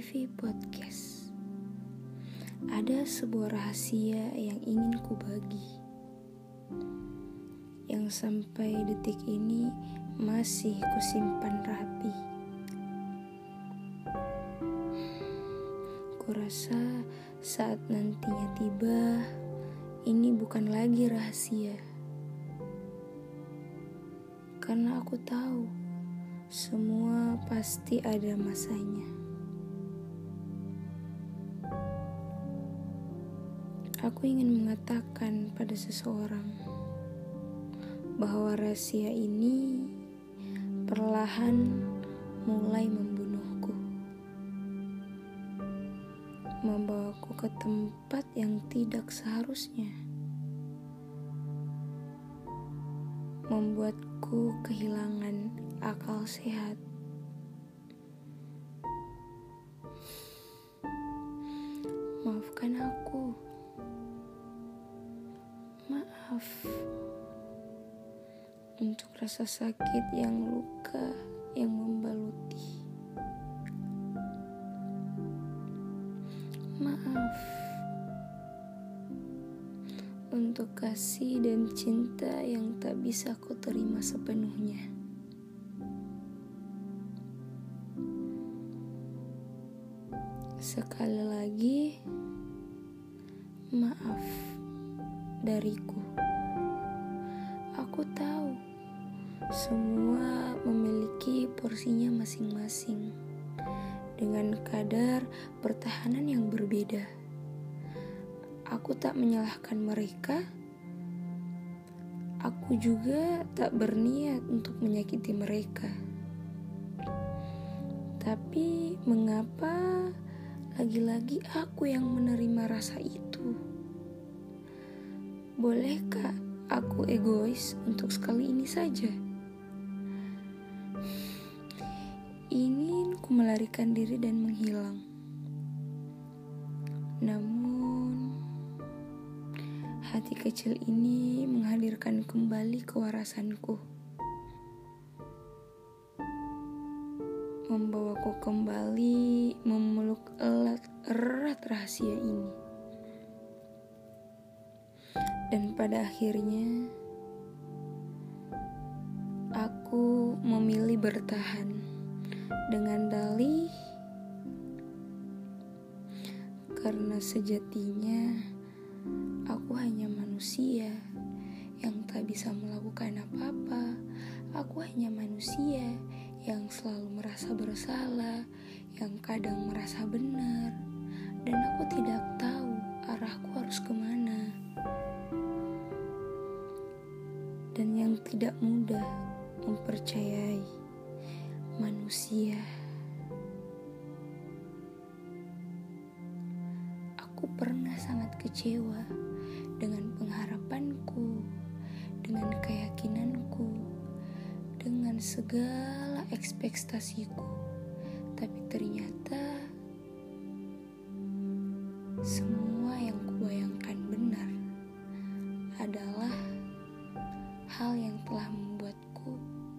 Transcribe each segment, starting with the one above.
Ivy Podcast. Ada sebuah rahasia yang ingin ku bagi, yang sampai detik ini masih kusimpan rapi. Kurasa saat nantinya tiba, ini bukan lagi rahasia. Karena aku tahu semua pasti ada masanya. Aku ingin mengatakan pada seseorang bahwa rahasia ini perlahan mulai membunuhku, membawaku ke tempat yang tidak seharusnya, membuatku kehilangan akal sehat. Maafkan aku. Maaf untuk rasa sakit yang luka yang membaluti. Maaf untuk kasih dan cinta yang tak bisa ku terima sepenuhnya. Sekali lagi, maaf dariku. Aku tahu semua memiliki porsinya masing-masing dengan kadar pertahanan yang berbeda. Aku tak menyalahkan mereka. Aku juga tak berniat untuk menyakiti mereka. Tapi mengapa lagi-lagi aku yang menerima rasa itu? Bolehkah aku egois untuk sekali ini saja? Ingin ku melarikan diri dan menghilang. Namun, hati kecil ini menghadirkan kembali kewarasanku. Membawaku kembali memeluk erat rahasia ini. Dan pada akhirnya, aku memilih bertahan dengan dalih karena sejatinya aku hanya manusia yang tak bisa melakukan apa-apa. Aku hanya manusia yang selalu merasa bersalah, yang kadang merasa benar, dan aku tidak tahu arahku harus kemana. Dan yang tidak mudah mempercayai manusia. Aku pernah sangat kecewa dengan pengharapanku, dengan keyakinanku, dengan segala ekspektasiku. Tapi ternyata semua yang kubayangkan benar adalah hal yang telah membuatku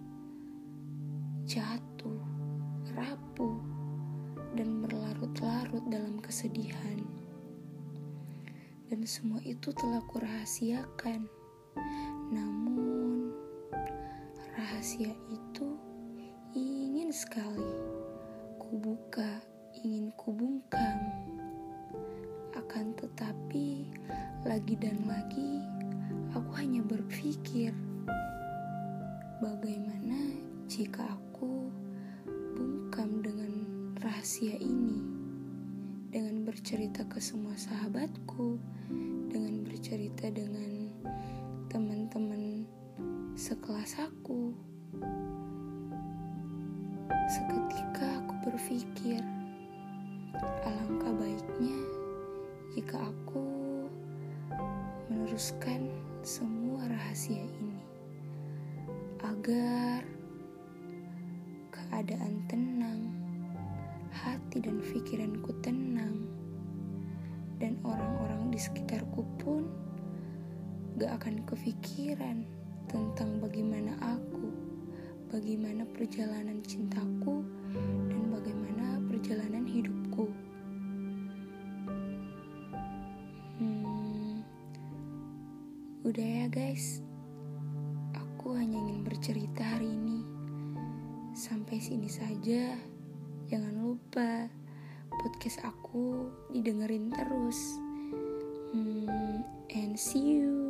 jatuh, rapuh, dan berlarut-larut dalam kesedihan. Dan semua itu telah kurahasiakan. Namun, rahasia itu ingin sekali kubuka, ingin kubungkam. Akan tetapi, lagi dan lagi, aku hanya berpikir, bagaimana jika aku bungkam dengan rahasia ini, dengan bercerita ke semua sahabatku, dengan bercerita dengan teman-teman sekelas aku. Seketika aku berpikir, alangkah baiknya jika aku meneruskan semua rahasia ini agar keadaan tenang, hati dan pikiranku tenang, dan orang-orang di sekitarku pun gak akan kepikiran tentang bagaimana aku, bagaimana perjalanan cintaku, dan bagaimana perjalanan hidupku. Udah ya guys, aku hanya ingin bercerita hari ini. Sampai sini saja. Jangan lupa podcast aku didengerin terus. And see you.